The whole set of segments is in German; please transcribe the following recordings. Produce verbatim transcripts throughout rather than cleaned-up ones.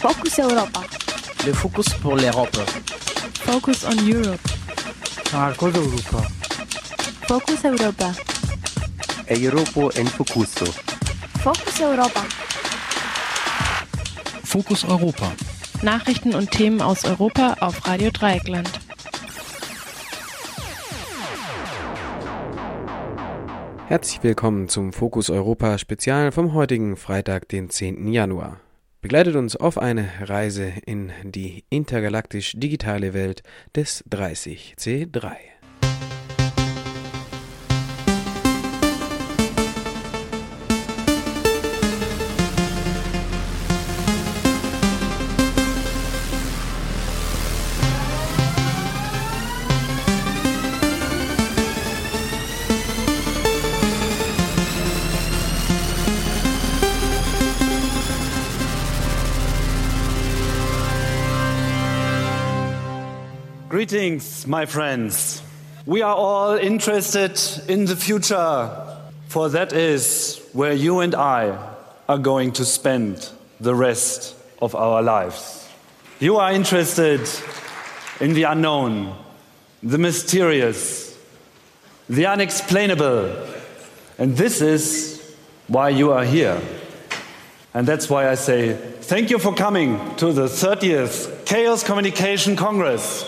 Focus Europa. Le Focus pour l'Europe. Focus on Europe. Marcos Europa. Focus Europa. Europa en Focuso. Focus Europa. Fokus Europa. Nachrichten und Themen aus Europa auf Radio Dreieckland. Herzlich willkommen zum Fokus Europa Spezial vom heutigen Freitag, den zehnten Januar. Begleitet uns auf eine Reise in die intergalaktisch digitale Welt des dreißig C drei. Greetings, my friends. We are all interested in the future, for that is where you and I are going to spend the rest of our lives. You are interested in the unknown, the mysterious, the unexplainable, and this is why you are here. And that's why I say thank you for coming to the thirtieth Chaos Communication Congress.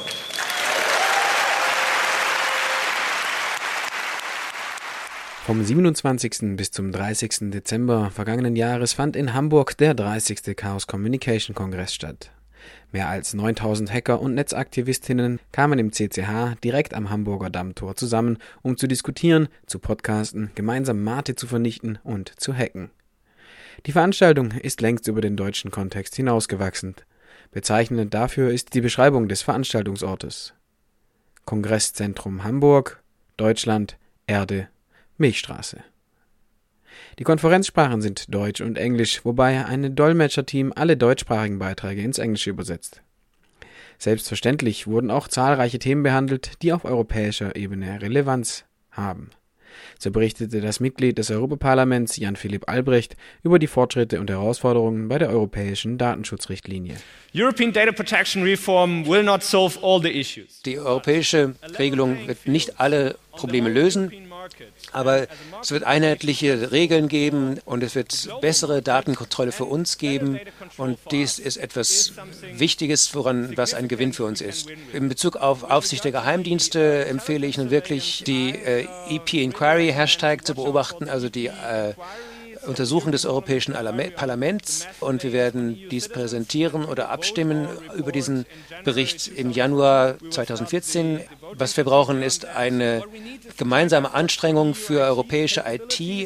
Vom siebenundzwanzigsten bis zum dreißigsten Dezember vergangenen Jahres fand in Hamburg der dreißigste Chaos Communication Kongress statt. Mehr als neuntausend Hacker und Netzaktivistinnen kamen im C C H direkt am Hamburger Dammtor zusammen, um zu diskutieren, zu podcasten, gemeinsam Mate zu vernichten und zu hacken. Die Veranstaltung ist längst über den deutschen Kontext hinausgewachsen. Bezeichnend dafür ist die Beschreibung des Veranstaltungsortes: Kongresszentrum Hamburg, Deutschland, Erde, Milchstraße. Die Konferenzsprachen sind Deutsch und Englisch, wobei ein Dolmetscherteam alle deutschsprachigen Beiträge ins Englische übersetzt. Selbstverständlich wurden auch zahlreiche Themen behandelt, die auf europäischer Ebene Relevanz haben. So berichtete das Mitglied des Europaparlaments Jan-Philipp Albrecht über die Fortschritte und Herausforderungen bei der europäischen Datenschutzrichtlinie. European Data Protection Reform will not solve all the issues. Die europäische Regelung wird nicht alle Probleme lösen, aber es wird einheitliche Regeln geben und es wird bessere Datenkontrolle für uns geben, und dies ist etwas Wichtiges, woran was ein Gewinn für uns ist. In Bezug auf Aufsicht der Geheimdienste empfehle ich nun wirklich, die äh, E P-Inquiry Hashtag zu beobachten, also die äh, Untersuchung des Europäischen Parlaments, und wir werden dies präsentieren oder abstimmen über diesen Bericht im Januar zweitausendvierzehn. Was wir brauchen, ist eine gemeinsame Anstrengung für europäische I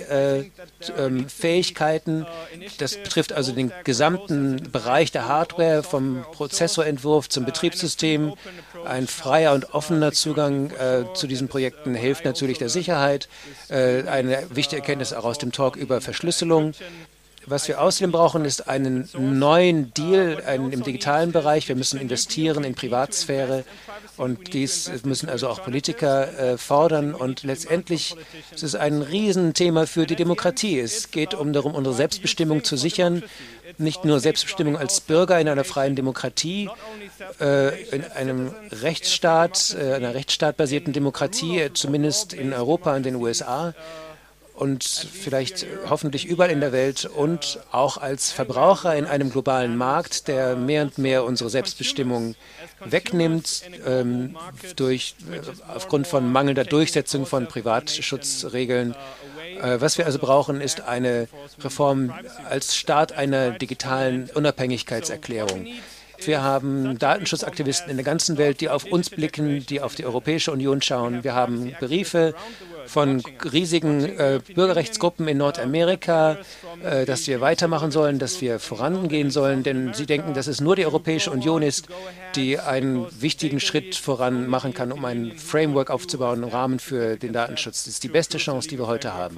T-Fähigkeiten. Das betrifft also den gesamten Bereich der Hardware, vom Prozessorentwurf zum Betriebssystem. Ein freier und offener Zugang äh, zu diesen Projekten hilft natürlich der Sicherheit. Äh, eine wichtige Erkenntnis auch aus dem Talk über Verschlüsselung. Was wir außerdem brauchen, ist einen neuen Deal einen, im digitalen Bereich. Wir müssen investieren in Privatsphäre, und dies müssen also auch Politiker äh, fordern. Und letztendlich ist es ein Riesenthema für die Demokratie. Es geht um darum, unsere Selbstbestimmung zu sichern. Nicht nur Selbstbestimmung als Bürger in einer freien Demokratie, äh, in einem Rechtsstaat, äh, einer rechtsstaatbasierten Demokratie, äh, zumindest in Europa und den U S A, und vielleicht hoffentlich überall in der Welt, und auch als Verbraucher in einem globalen Markt, der mehr und mehr unsere Selbstbestimmung wegnimmt, ähm, durch, äh, aufgrund von mangelnder Durchsetzung von Privatschutzregeln. Äh, was wir also brauchen, ist eine Reform als Start einer digitalen Unabhängigkeitserklärung. Wir haben Datenschutzaktivisten in der ganzen Welt, die auf uns blicken, die auf die Europäische Union schauen. Wir haben Briefe von riesigen äh, Bürgerrechtsgruppen in Nordamerika, äh, dass wir weitermachen sollen, dass wir vorangehen sollen, denn sie denken, dass es nur die Europäische Union ist, die einen wichtigen Schritt voran machen kann, um ein Framework aufzubauen, einen Rahmen für den Datenschutz. Das ist die beste Chance, die wir heute haben.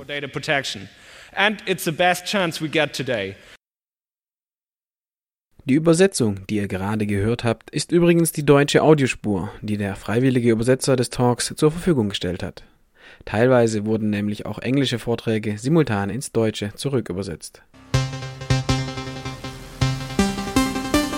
And it's the best chance we get today. Die Übersetzung, die ihr gerade gehört habt, ist übrigens die deutsche Audiospur, die der freiwillige Übersetzer des Talks zur Verfügung gestellt hat. Teilweise wurden nämlich auch englische Vorträge simultan ins Deutsche zurückübersetzt.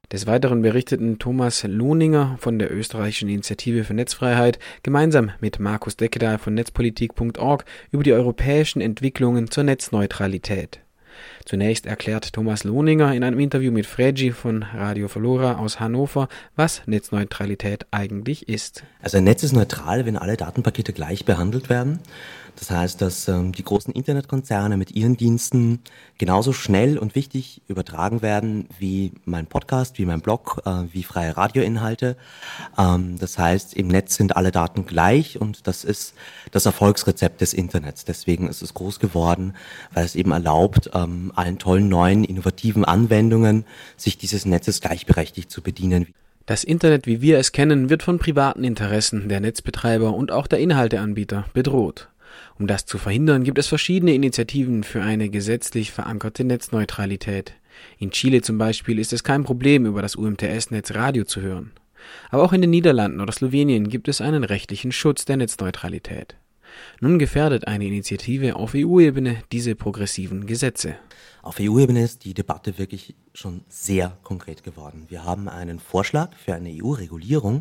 Des Weiteren berichteten Thomas Lohninger von der österreichischen Initiative für Netzfreiheit gemeinsam mit Markus Deckedahl von netzpolitik punkt org über die europäischen Entwicklungen zur Netzneutralität. Zunächst erklärt Thomas Lohninger in einem Interview mit Fregi von Radio Flora aus Hannover, was Netzneutralität eigentlich ist. Also ein Netz ist neutral, wenn alle Datenpakete gleich behandelt werden. Das heißt, dass ähm, die großen Internetkonzerne mit ihren Diensten genauso schnell und wichtig übertragen werden wie mein Podcast, wie mein Blog, äh, wie freie Radioinhalte. Ähm, das heißt, im Netz sind alle Daten gleich und das ist das Erfolgsrezept des Internets. Deswegen ist es groß geworden, weil es eben erlaubt, ähm, allen tollen neuen, innovativen Anwendungen sich dieses Netzes gleichberechtigt zu bedienen. Das Internet, wie wir es kennen, wird von privaten Interessen der Netzbetreiber und auch der Inhalteanbieter bedroht. Um das zu verhindern, gibt es verschiedene Initiativen für eine gesetzlich verankerte Netzneutralität. In Chile zum Beispiel ist es kein Problem, über das U M T S-Netz Radio zu hören. Aber auch in den Niederlanden oder Slowenien gibt es einen rechtlichen Schutz der Netzneutralität. Nun gefährdet eine Initiative auf E U-Ebene diese progressiven Gesetze. Auf E U-Ebene ist die Debatte wirklich schon sehr konkret geworden. Wir haben einen Vorschlag für eine E U-Regulierung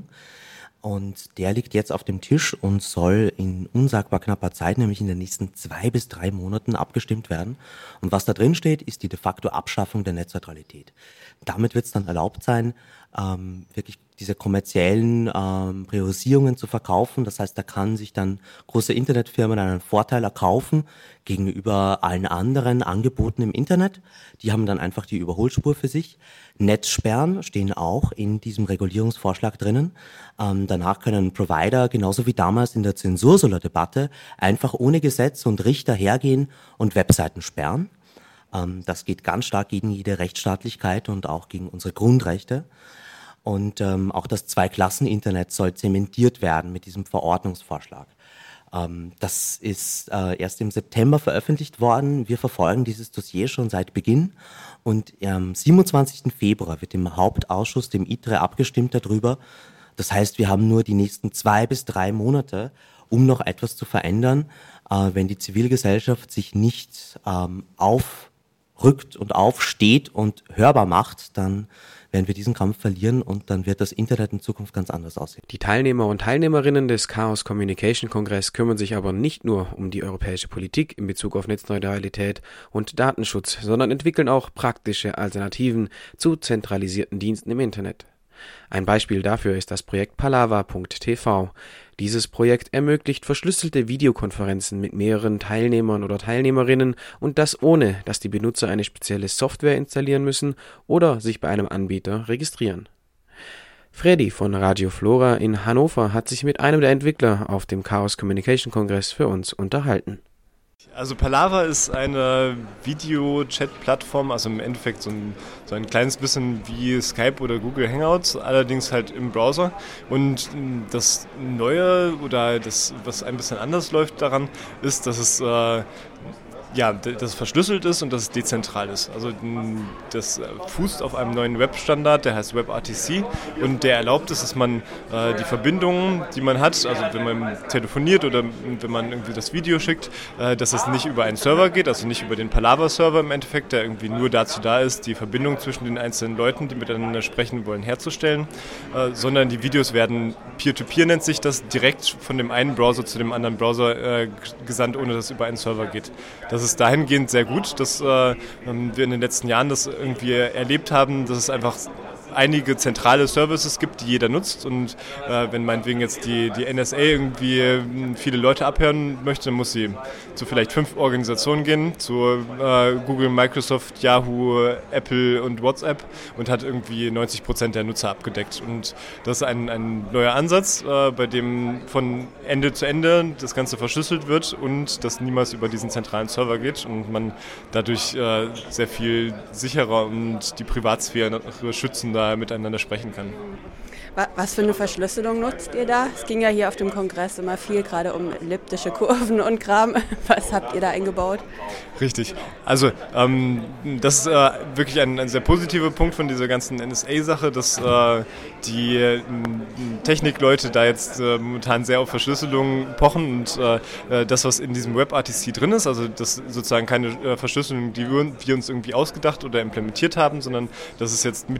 und der liegt jetzt auf dem Tisch und soll in unsagbar knapper Zeit, nämlich in den nächsten zwei bis drei Monaten abgestimmt werden. Und was da drin steht, ist die de facto Abschaffung der Netzneutralität. Damit wird es dann erlaubt sein, ähm, wirklich diese kommerziellen ähm, Priorisierungen zu verkaufen. Das heißt, da kann sich dann große Internetfirmen einen Vorteil erkaufen gegenüber allen anderen Angeboten im Internet. Die haben dann einfach die Überholspur für sich. Netzsperren stehen auch in diesem Regulierungsvorschlag drinnen. Ähm, danach können Provider, genauso wie damals in der Zensursolar-Debatte, einfach ohne Gesetz und Richter hergehen und Webseiten sperren. Ähm, das geht ganz stark gegen jede Rechtsstaatlichkeit und auch gegen unsere Grundrechte. Und ähm, auch das Zwei-Klassen-Internet soll zementiert werden mit diesem Verordnungsvorschlag. Ähm, das ist äh, erst im September veröffentlicht worden. Wir verfolgen dieses Dossier schon seit Beginn. Und am siebenundzwanzigsten Februar wird im Hauptausschuss, dem I T R E, abgestimmt darüber. Das heißt, wir haben nur die nächsten zwei bis drei Monate, um noch etwas zu verändern. Äh, wenn die Zivilgesellschaft sich nicht ähm, aufrückt und aufsteht und hörbar macht, dann werden wir diesen Kampf verlieren und dann wird das Internet in Zukunft ganz anders aussehen. Die Teilnehmer und Teilnehmerinnen des Chaos Communication Kongress kümmern sich aber nicht nur um die europäische Politik in Bezug auf Netzneutralität und Datenschutz, sondern entwickeln auch praktische Alternativen zu zentralisierten Diensten im Internet. Ein Beispiel dafür ist das Projekt Palava punkt t v. Dieses Projekt ermöglicht verschlüsselte Videokonferenzen mit mehreren Teilnehmern oder Teilnehmerinnen und das ohne, dass die Benutzer eine spezielle Software installieren müssen oder sich bei einem Anbieter registrieren. Fredi von Radio Flora in Hannover hat sich mit einem der Entwickler auf dem Chaos Communication Kongress für uns unterhalten. Also Palava ist eine Video-Chat-Plattform, also im Endeffekt so ein, so ein kleines bisschen wie Skype oder Google Hangouts, allerdings halt im Browser. Und das Neue oder das, was ein bisschen anders läuft daran, ist, dass es äh, ja, dass es verschlüsselt ist und dass es dezentral ist. Also das fußt auf einem neuen Webstandard, der heißt WebRTC und der erlaubt es, dass man äh, die Verbindungen, die man hat, also wenn man telefoniert oder wenn man irgendwie das Video schickt, äh, dass es nicht über einen Server geht, also nicht über den Palava-Server im Endeffekt, der irgendwie nur dazu da ist, die Verbindung zwischen den einzelnen Leuten, die miteinander sprechen wollen, herzustellen, äh, sondern die Videos werden Peer-to-Peer, nennt sich das, direkt von dem einen Browser zu dem anderen Browser äh, gesandt, ohne dass es über einen Server geht. Das ist dahingehend sehr gut, dass äh, wir in den letzten Jahren das irgendwie erlebt haben, dass es einfach einige zentrale Services gibt, die jeder nutzt und äh, wenn meinetwegen jetzt die, die N S A irgendwie viele Leute abhören möchte, dann muss sie zu vielleicht fünf Organisationen gehen, zu äh, Google, Microsoft, Yahoo, Apple und WhatsApp und hat irgendwie neunzig Prozent der Nutzer abgedeckt und das ist ein, ein neuer Ansatz, äh, bei dem von Ende zu Ende das Ganze verschlüsselt wird und das niemals über diesen zentralen Server geht und man dadurch äh, sehr viel sicherer und die Privatsphäre schützender miteinander sprechen kann. Was für eine Verschlüsselung nutzt ihr da? Es ging ja hier auf dem Kongress immer viel gerade um elliptische Kurven und Kram. Was habt ihr da eingebaut? Richtig. Also ähm, das ist äh, wirklich ein, ein sehr positiver Punkt von dieser ganzen N S A-Sache, dass äh, die äh, Technikleute da jetzt äh, momentan sehr auf Verschlüsselung pochen und äh, das, was in diesem WebRTC drin ist, also das ist sozusagen keine äh, Verschlüsselung, die wir, wir uns irgendwie ausgedacht oder implementiert haben, sondern das ist jetzt mit diesem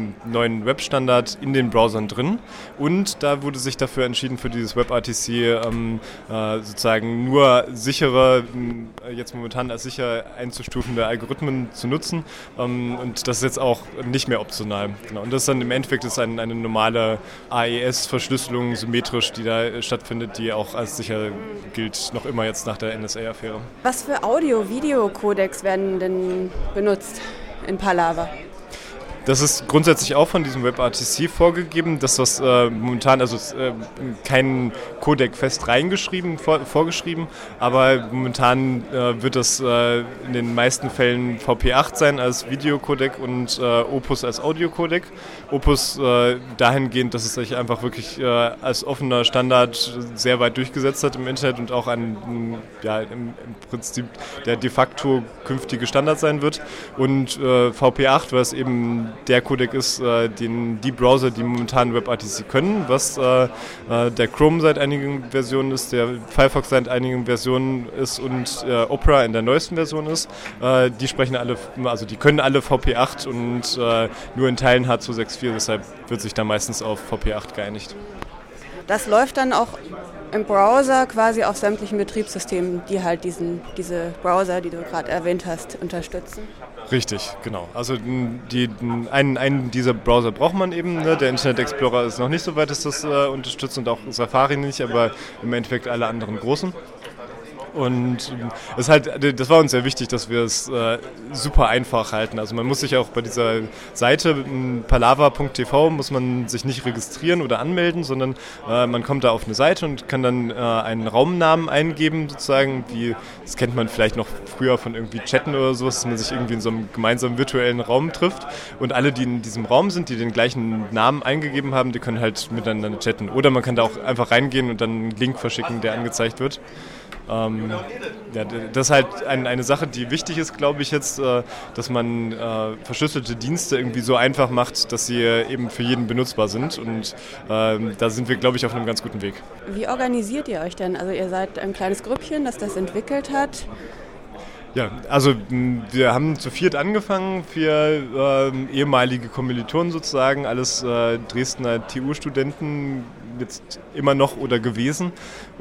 diesem neuen Webstandard in den Browsern drin. Und da wurde sich dafür entschieden, für dieses WebRTC ähm, äh, sozusagen nur sichere, äh, jetzt momentan als sicher einzustufende Algorithmen zu nutzen. Ähm, und das ist jetzt auch nicht mehr optional. Genau. Und das ist dann im Endeffekt ist ein, eine normale A E S-Verschlüsselung symmetrisch, die da stattfindet, die auch als sicher gilt, noch immer jetzt nach der N S A-Affäre. Was für Audio-Video-Codecs werden denn benutzt in Palava? Das ist grundsätzlich auch von diesem WebRTC vorgegeben, dass das äh, momentan, also äh, kein Codec fest reingeschrieben, vor, vorgeschrieben, aber momentan äh, wird das äh, in den meisten Fällen V P acht sein als Videocodec und äh, Opus als Audiocodec. Opus äh, dahingehend, dass es sich einfach wirklich äh, als offener Standard sehr weit durchgesetzt hat im Internet und auch ein, ja, im, im Prinzip der de facto künftige Standard sein wird. Und äh, V P acht, weil es eben der Codec ist, äh, den die Browser, die momentan WebRTC können, was äh, äh, der Chrome seit einigen Versionen ist, der Firefox seit einigen Versionen ist und äh, Opera in der neuesten Version ist. Äh, die sprechen alle, also die können alle V P acht und äh, nur in Teilen H zwei sechs vier, deshalb wird sich da meistens auf V P acht geeinigt. Das läuft dann auch im Browser quasi auf sämtlichen Betriebssystemen, die halt diesen, diese Browser, die du gerade erwähnt hast, unterstützen. Richtig, genau. Also die, einen, einen dieser Browser braucht man eben. Ne? Der Internet Explorer ist noch nicht so weit, dass das äh, unterstützt und auch Safari nicht, aber im Endeffekt alle anderen großen. Und es ist halt, das war uns sehr wichtig, dass wir es äh, super einfach halten. Also man muss sich auch bei dieser Seite palava punkt t v muss man sich nicht registrieren oder anmelden, sondern äh, man kommt da auf eine Seite und kann dann äh, einen Raumnamen eingeben, sozusagen, wie, das kennt man vielleicht noch früher von irgendwie Chatten oder sowas, dass man sich irgendwie in so einem gemeinsamen virtuellen Raum trifft und alle, die in diesem Raum sind, die den gleichen Namen eingegeben haben, die können halt miteinander chatten. Oder man kann da auch einfach reingehen und dann einen Link verschicken, der angezeigt wird. Ähm, ja, das ist halt ein, eine Sache, die wichtig ist, glaube ich jetzt, äh, dass man äh, verschlüsselte Dienste irgendwie so einfach macht, dass sie äh, eben für jeden benutzbar sind und äh, da sind wir, glaube ich, auf einem ganz guten Weg. Wie organisiert ihr euch denn? Also ihr seid ein kleines Grüppchen, das das entwickelt hat. Ja, also wir haben zu viert angefangen, vier äh, ehemalige Kommilitonen sozusagen, alles äh, Dresdner T U-Studenten, jetzt immer noch oder gewesen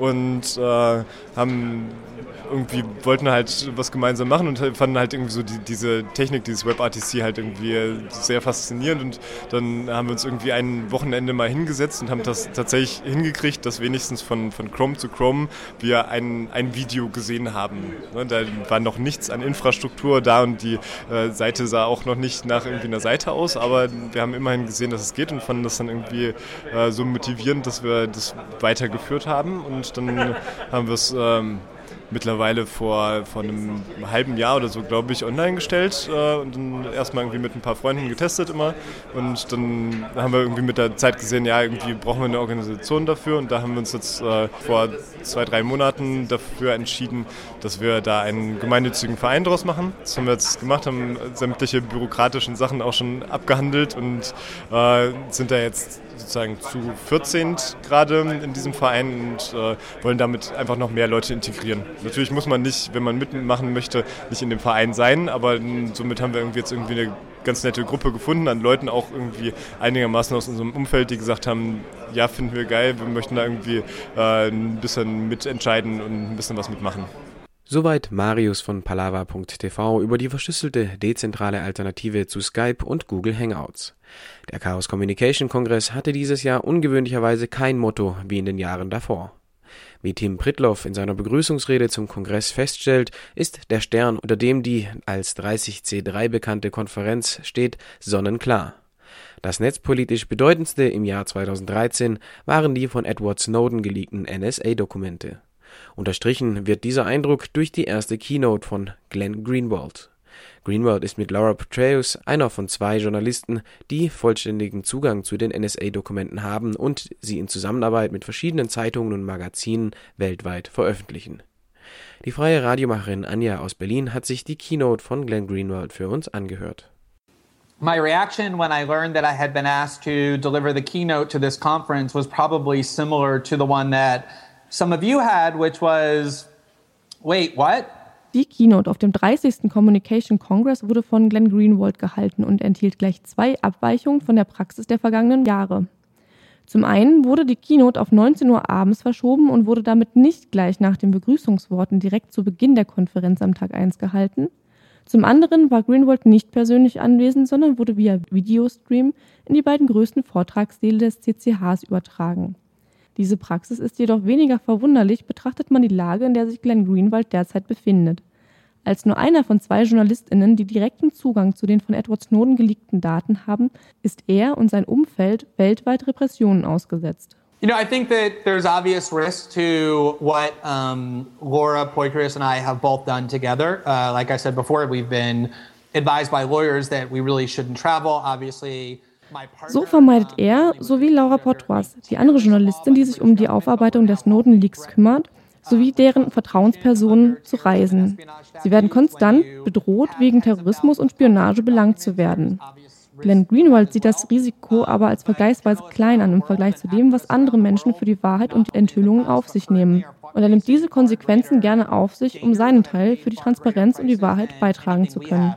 und äh, haben irgendwie wollten halt was gemeinsam machen und fanden halt irgendwie so die, diese Technik, dieses WebRTC halt irgendwie sehr faszinierend und dann haben wir uns irgendwie ein Wochenende mal hingesetzt und haben das tatsächlich hingekriegt, dass wenigstens von, von Chrome zu Chrome wir ein, ein Video gesehen haben. Da war noch nichts an Infrastruktur da und die äh, Seite sah auch noch nicht nach irgendwie einer Seite aus, aber wir haben immerhin gesehen, dass es geht und fanden das dann irgendwie äh, so motivierend, dass wir das weitergeführt haben und dann haben wir es ähm, mittlerweile vor, vor einem halben Jahr oder so, glaube ich, online gestellt äh, und dann erstmal irgendwie mit ein paar Freunden getestet immer und dann haben wir irgendwie mit der Zeit gesehen, ja, irgendwie brauchen wir eine Organisation dafür und da haben wir uns jetzt äh, vor zwei, drei Monaten dafür entschieden, dass wir da einen gemeinnützigen Verein draus machen. Das haben wir jetzt gemacht, haben sämtliche bürokratischen Sachen auch schon abgehandelt und äh, sind da jetzt sozusagen zu vierzehn gerade in diesem Verein und äh, wollen damit einfach noch mehr Leute integrieren. Natürlich muss man nicht, wenn man mitmachen möchte, nicht in dem Verein sein, aber m, somit haben wir irgendwie jetzt irgendwie eine ganz nette Gruppe gefunden an Leuten, auch irgendwie einigermaßen aus unserem Umfeld, die gesagt haben, ja, finden wir geil, wir möchten da irgendwie äh, ein bisschen mitentscheiden und ein bisschen was mitmachen. Soweit Marius von palava punkt t v über die verschlüsselte dezentrale Alternative zu Skype und Google Hangouts. Der Chaos Communication Kongress hatte dieses Jahr ungewöhnlicherweise kein Motto wie in den Jahren davor. Wie Tim Pritlove in seiner Begrüßungsrede zum Kongress feststellt, ist der Stern, unter dem die als dreißig C drei bekannte Konferenz steht, sonnenklar. Das netzpolitisch bedeutendste im Jahr zweitausenddreizehn waren die von Edward Snowden geleakten N S A-Dokumente. Unterstrichen wird dieser Eindruck durch die erste Keynote von Glenn Greenwald. Greenwald ist mit Laura Petraeus einer von zwei Journalisten, die vollständigen Zugang zu den N S A-Dokumenten haben und sie in Zusammenarbeit mit verschiedenen Zeitungen und Magazinen weltweit veröffentlichen. Die freie Radiomacherin Anja aus Berlin hat sich die Keynote von Glenn Greenwald für uns angehört. My reaction when I learned that I had been asked to deliver the keynote to this conference was probably similar to the one that some of you had, which was, wait, what? Die Keynote auf dem dreißigsten Communication Congress wurde von Glenn Greenwald gehalten und enthielt gleich zwei Abweichungen von der Praxis der vergangenen Jahre. Zum einen wurde die Keynote auf neunzehn Uhr abends verschoben und wurde damit nicht gleich nach den Begrüßungsworten direkt zu Beginn der Konferenz am Tag eins gehalten. Zum anderen war Greenwald nicht persönlich anwesend, sondern wurde via Videostream in die beiden größten Vortragssäle des C C Hs übertragen. Diese Praxis ist jedoch weniger verwunderlich, betrachtet man die Lage, in der sich Glenn Greenwald derzeit befindet. Als nur einer von zwei JournalistInnen, die direkten Zugang zu den von Edward Snowden geleakten Daten haben, ist er und sein Umfeld weltweit Repressionen ausgesetzt. You know, I think that there's obvious risk to what um, Laura Poitras and I have both done together. Uh, like I said before, we've been advised by lawyers that we really shouldn't travel. Obviously, so vermeidet er, sowie Laura Poitras, die andere Journalistin, die sich um die Aufarbeitung der Snowden-Leaks kümmert, sowie deren Vertrauenspersonen zu reisen. Sie werden konstant bedroht, wegen Terrorismus und Spionage belangt zu werden. Glenn Greenwald sieht das Risiko aber als vergleichsweise klein an im Vergleich zu dem, was andere Menschen für die Wahrheit und die Enthüllungen auf sich nehmen. Und er nimmt diese Konsequenzen gerne auf sich, um seinen Teil für die Transparenz und die Wahrheit beitragen zu können.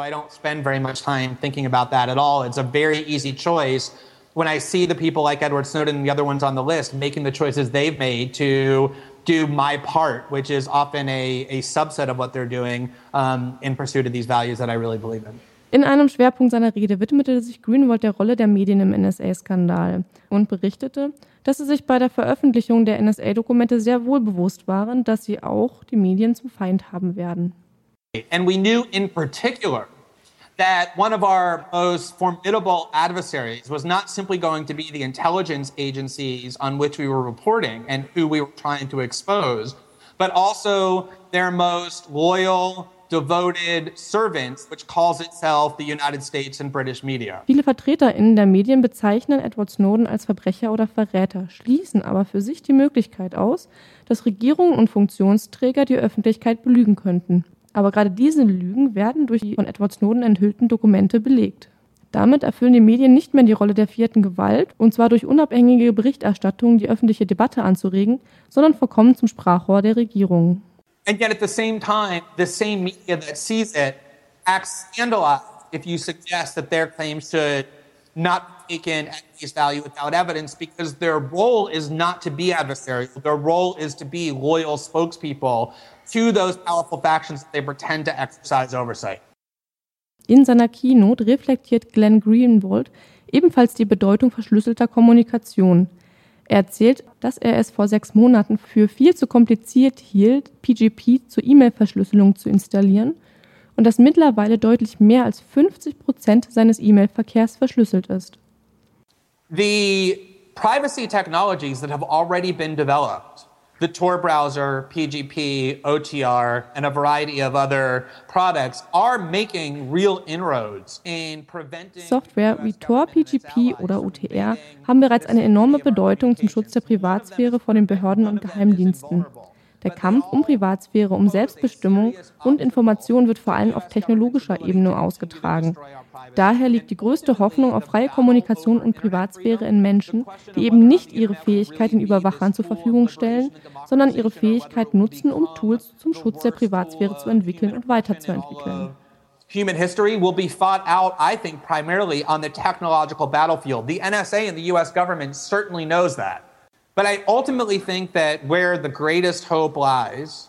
When I see the people like Edward Snowden and the other ones on the list making the choices they've made to do my part, which is often a, a subset of what they're doing um, in pursuit of these values that I really believe in. In einem Schwerpunkt seiner Rede widmete sich Greenwald der Rolle der Medien im N S A-Skandal und berichtete, dass sie sich bei der Veröffentlichung der N S A-Dokumente sehr wohl bewusst waren, dass sie auch die Medien zum Feind haben werden. And we knew in particular that one of our most formidable adversaries was not simply going to be the intelligence agencies on which we were reporting and who we were trying to expose, but also their most loyal, devoted servants, which calls itself the United States and British media. Viele VertreterInnen der Medien bezeichnen Edward Snowden als Verbrecher oder Verräter, schließen aber für sich die Möglichkeit aus, dass Regierungen und Funktionsträger die Öffentlichkeit belügen könnten. Aber gerade diese Lügen werden durch die von Edward Snowden enthüllten Dokumente belegt. Damit erfüllen die Medien nicht mehr die Rolle der vierten Gewalt, und zwar durch unabhängige Berichterstattung die öffentliche Debatte anzuregen, sondern verkommen zum Sprachrohr der Regierungen. And yet at the same time, the same media that sees it acts scandalized if you suggest that their claims should not be taken at face value without evidence, because their role is not to be adversarial. Their role is to be loyal spokespeople to those powerful factions that they pretend to exercise oversight. In seiner Keynote reflektiert Glenn Greenwald ebenfalls die Bedeutung verschlüsselter Kommunikation. Er erzählt, dass er es vor sechs Monaten für viel zu kompliziert hielt, P G P zur E-Mail-Verschlüsselung zu installieren und dass mittlerweile deutlich mehr als fünfzig Prozent seines E-Mail-Verkehrs verschlüsselt ist. The privacy technologies that have already been developed, the Tor browser, P G P, O T R, and a variety of other products are making real inroads in preventing Software wie Tor, P G P oder O T R haben bereits eine enorme Bedeutung zum Schutz der Privatsphäre vor den Behörden und Geheimdiensten. Der Kampf um Privatsphäre, um Selbstbestimmung und Information wird vor allem auf technologischer Ebene ausgetragen. Daher liegt die größte Hoffnung auf freie Kommunikation und Privatsphäre in Menschen, die eben nicht ihre Fähigkeit den Überwachern zur Verfügung stellen, sondern ihre Fähigkeit nutzen, um Tools zum Schutz der Privatsphäre zu entwickeln und weiterzuentwickeln. Human history will be fought out, I think, primarily on the technological battlefield. The N S A and the U S government certainly knows that. But I ultimately think that where the greatest hope lies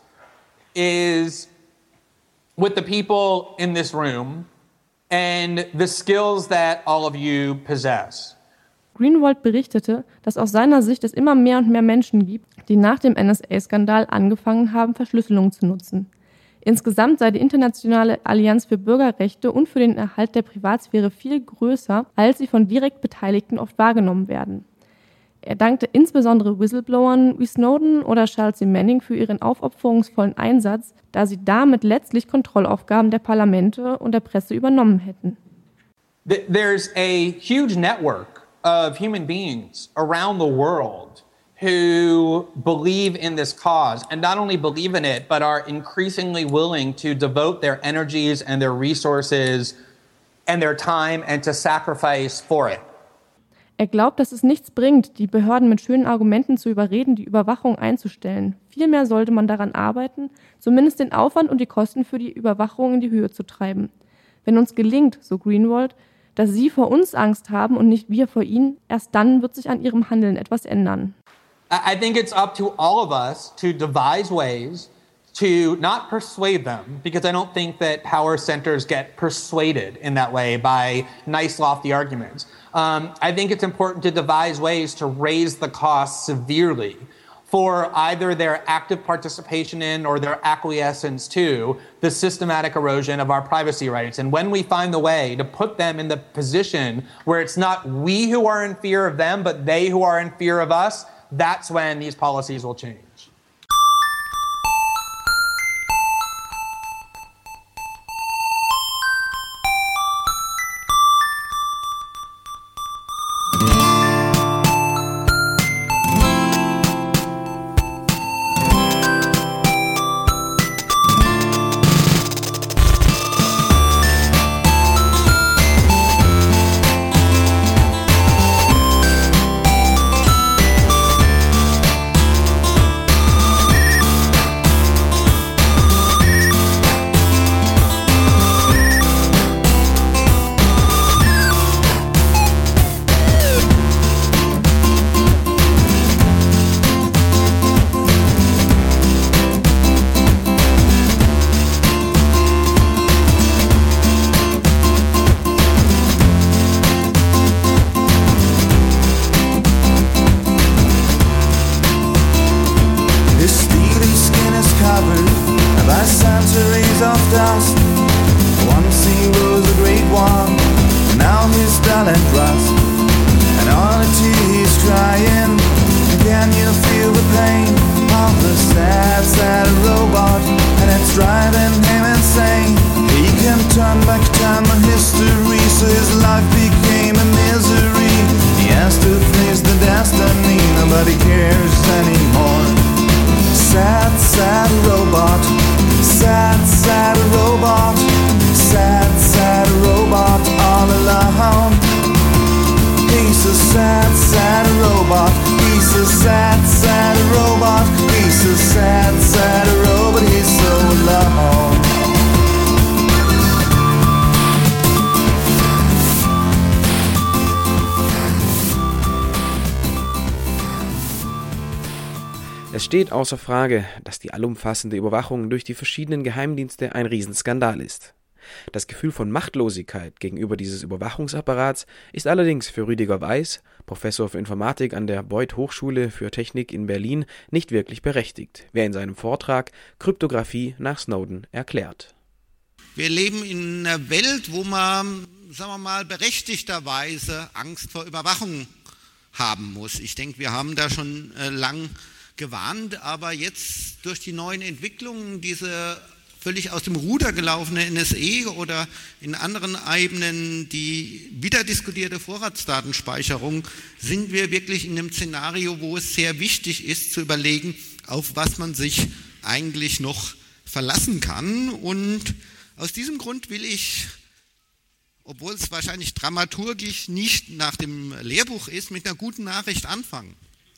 is with the people in this room and the skills that all of you possess. Greenwald berichtete, dass aus seiner Sicht es immer mehr und mehr Menschen gibt, die nach dem N S A-Skandal angefangen haben, Verschlüsselung zu nutzen. Insgesamt sei die internationale Allianz für Bürgerrechte und für den Erhalt der Privatsphäre viel größer, als sie von direkt Beteiligten oft wahrgenommen werden. Er dankte insbesondere Whistleblowern wie Snowden oder Chelsea Manning für ihren aufopferungsvollen Einsatz, da sie damit letztlich Kontrollaufgaben der Parlamente und der Presse übernommen hätten. There's a huge network of human beings around the world who believe in this cause, and not only believe in it, but are increasingly willing to devote their energies and their resources and their time and to sacrifice for it. Er glaubt, dass es nichts bringt, die Behörden mit schönen Argumenten zu überreden, die Überwachung einzustellen. Vielmehr sollte man daran arbeiten, zumindest den Aufwand und die Kosten für die Überwachung in die Höhe zu treiben. Wenn uns gelingt, so Greenwald, dass sie vor uns Angst haben und nicht wir vor ihnen, erst dann wird sich an ihrem Handeln etwas ändern. I think it's up to all of us to devise ways to not persuade them, because I don't think that power centers get persuaded in that way by nice, lofty arguments. Um, I think it's important to devise ways to raise the costs severely for either their active participation in or their acquiescence to the systematic erosion of our privacy rights. And when we find the way to put them in the position where it's not we who are in fear of them, but they who are in fear of us, that's when these policies will change. Es steht außer Frage, dass die allumfassende Überwachung durch die verschiedenen Geheimdienste ein Riesenskandal ist. Das Gefühl von Machtlosigkeit gegenüber dieses Überwachungsapparats ist allerdings für Rüdiger Weiß, Professor für Informatik an der Beuth Hochschule für Technik in Berlin, nicht wirklich berechtigt, wer in seinem Vortrag Kryptographie nach Snowden erklärt. Wir leben in einer Welt, wo man, sagen wir mal, berechtigterweise Angst vor Überwachung haben muss. Ich denke, wir haben da schon äh, lang gewarnt, aber jetzt durch die neuen Entwicklungen, diese völlig aus dem Ruder gelaufene N S E oder in anderen Ebenen die wieder diskutierte Vorratsdatenspeicherung, sind wir wirklich in einem Szenario, wo es sehr wichtig ist, zu überlegen, auf was man sich eigentlich noch verlassen kann. Und aus diesem Grund will ich, obwohl es wahrscheinlich dramaturgisch nicht nach dem Lehrbuch ist, mit einer guten Nachricht anfangen.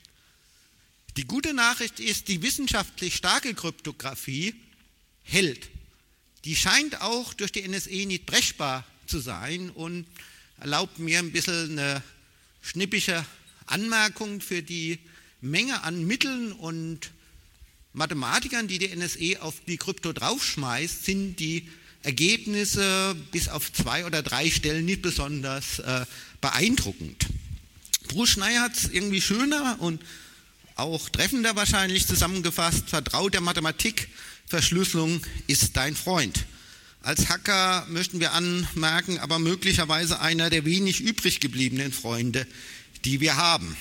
Die gute Nachricht ist, die wissenschaftlich starke Kryptographie hält. Die scheint auch durch die N S E nicht brechbar zu sein und erlaubt mir ein bisschen eine schnippische Anmerkung für die Menge an Mitteln und Mathematikern, die die N S E auf die Krypto draufschmeißt, sind die Ergebnisse bis auf zwei oder drei Stellen nicht besonders äh, beeindruckend. Bruce Schneier hat es irgendwie schöner und auch treffender wahrscheinlich zusammengefasst: Vertraut der Mathematik, Verschlüsselung ist dein Freund. Als Hacker möchten wir anmerken, aber möglicherweise einer der wenig übrig gebliebenen Freunde, die wir haben.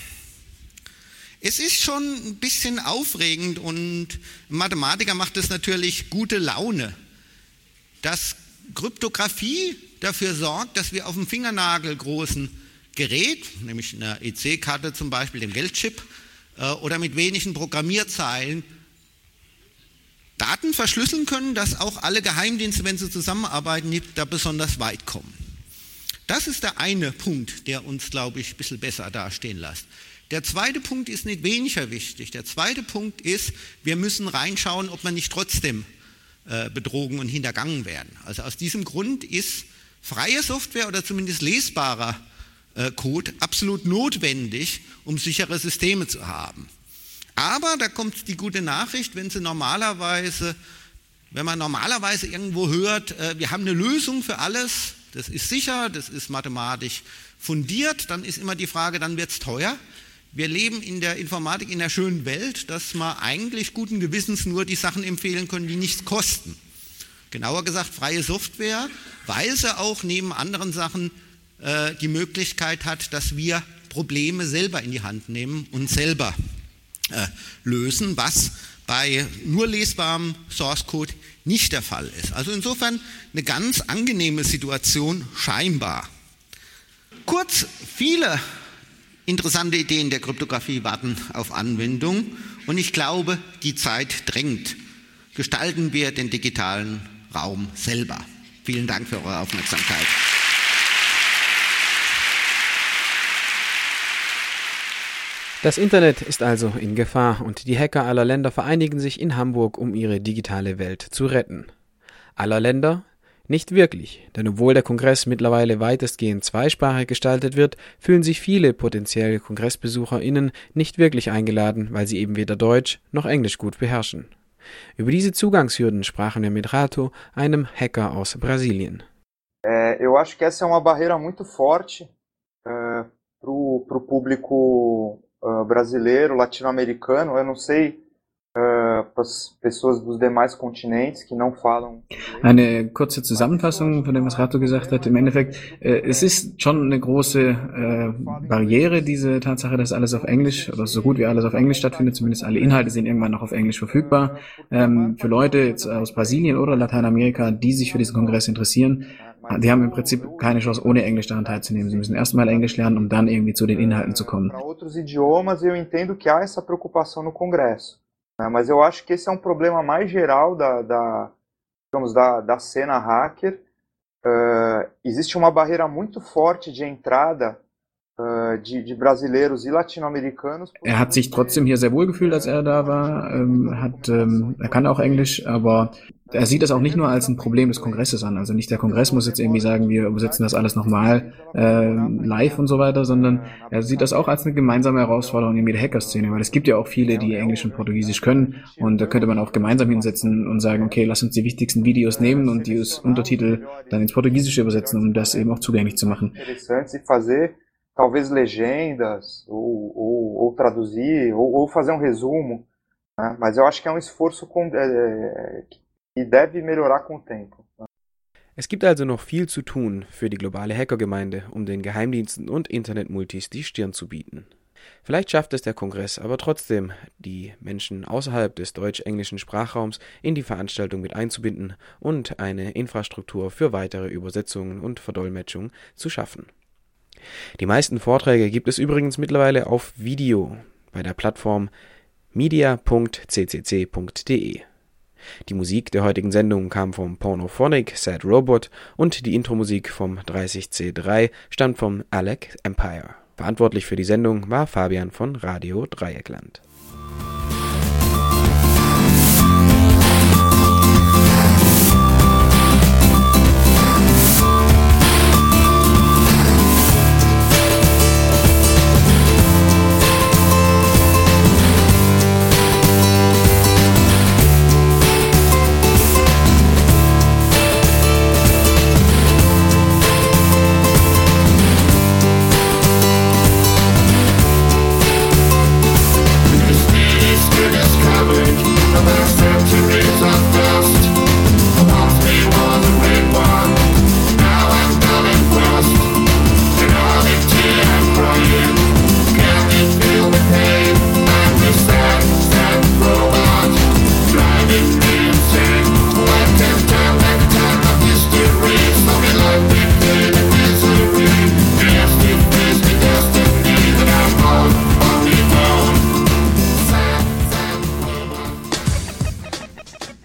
Es ist schon ein bisschen aufregend und Mathematiker macht es natürlich gute Laune, dass Kryptographie dafür sorgt, dass wir auf dem Fingernagel großen Gerät, nämlich einer E C-Karte zum Beispiel, dem Geldchip, oder mit wenigen Programmierzeilen Daten verschlüsseln können, dass auch alle Geheimdienste, wenn sie zusammenarbeiten, nicht da besonders weit kommen. Das ist der eine Punkt, der uns, glaube ich, ein bisschen besser dastehen lässt. Der zweite Punkt ist nicht weniger wichtig. Der zweite Punkt ist, wir müssen reinschauen, ob wir nicht trotzdem äh, betrogen und hintergangen werden. Also aus diesem Grund ist freie Software oder zumindest lesbarer äh, Code absolut notwendig, um sichere Systeme zu haben. Aber da kommt die gute Nachricht, wenn Sie normalerweise, wenn man normalerweise irgendwo hört, äh, wir haben eine Lösung für alles, das ist sicher, das ist mathematisch fundiert, dann ist immer die Frage, dann wird es teuer. Wir leben in der Informatik in einer schönen Welt, dass man eigentlich guten Gewissens nur die Sachen empfehlen können, die nichts kosten. Genauer gesagt freie Software, weil sie auch neben anderen Sachen äh, die Möglichkeit hat, dass wir Probleme selber in die Hand nehmen und selber äh, lösen, was bei nur lesbarem Source Code nicht der Fall ist. Also insofern eine ganz angenehme Situation scheinbar. Kurz, viele interessante Ideen der Kryptographie warten auf Anwendung und ich glaube, die Zeit drängt. Gestalten wir den digitalen Raum selber. Vielen Dank für eure Aufmerksamkeit. Das Internet ist also in Gefahr und die Hacker aller Länder vereinigen sich in Hamburg, um ihre digitale Welt zu retten. Aller Länder? Nicht wirklich, denn obwohl der Kongress mittlerweile weitestgehend zweisprachig gestaltet wird, fühlen sich viele potenzielle KongressbesucherInnen nicht wirklich eingeladen, weil sie eben weder Deutsch noch Englisch gut beherrschen. Über diese Zugangshürden sprachen wir mit Rato, einem Hacker aus Brasilien. É, eu acho que essa é uma barreira muito forte é, pro, pro público uh, brasileiro, latino-americano. Eu não sei äh, para as pessoas dos demais continentes que não falam. Eine kurze Zusammenfassung von dem, was Rato gesagt hat. Im Endeffekt, äh, es ist schon eine große äh, Barriere, diese Tatsache, dass alles auf Englisch oder so gut wie alles auf Englisch stattfindet. Zumindest alle Inhalte sind irgendwann noch auf Englisch verfügbar. Ähm, für Leute jetzt aus Brasilien oder Lateinamerika, die sich für diesen Kongress interessieren, die haben im Prinzip keine Chance, ohne Englisch daran teilzunehmen. Sie müssen erstmal Englisch lernen, um dann irgendwie zu den Inhalten zu kommen. Para outros idiomas, eu entendo que há essa preocupação no Congresso, né? Mas eu acho que esse é um problema mais geral da, da, digamos, da, da cena hacker. Uh, existe uma barreira muito forte de entrada uh, de, de brasileiros e latino-americanos. Er hat sich trotzdem hier sehr wohl gefühlt, als er da war. Ähm, hat, ähm, er kann auch Englisch, aber er sieht das auch nicht nur als ein Problem des Kongresses an. Also nicht der Kongress muss jetzt irgendwie sagen, wir übersetzen das alles nochmal äh, live und so weiter, sondern er sieht das auch als eine gemeinsame Herausforderung in der Hacker-Szene, weil es gibt ja auch viele, die Englisch und Portugiesisch können und da könnte man auch gemeinsam hinsetzen und sagen, okay, lass uns die wichtigsten Videos nehmen und die Untertitel dann ins Portugiesische übersetzen, um das eben auch zugänglich zu machen. Talvez legendas, ou, ou, ou traduzir, ou, ou fazer um resumo, né? Mas eu acho que é um esforço com, é, que deve melhorar com o tempo. Es gibt also noch viel zu tun für die globale Hackergemeinde, um den Geheimdiensten und Internetmultis die Stirn zu bieten. Vielleicht schafft es der Kongress aber trotzdem, die Menschen außerhalb des deutsch-englischen Sprachraums in die Veranstaltung mit einzubinden und eine Infrastruktur für weitere Übersetzungen und Verdolmetschung zu schaffen. Die meisten Vorträge gibt es übrigens mittlerweile auf Video bei der Plattform media punkt c c c punkt d e. Die Musik der heutigen Sendung kam vom Pornophonic Sad Robot und die Intromusik vom dreißig C drei stammt vom Alec Empire. Verantwortlich für die Sendung war Fabian von Radio Dreieckland.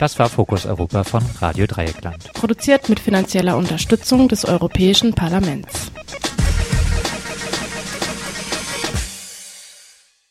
Das war Fokus Europa von Radio Dreieckland. Produziert mit finanzieller Unterstützung des Europäischen Parlaments.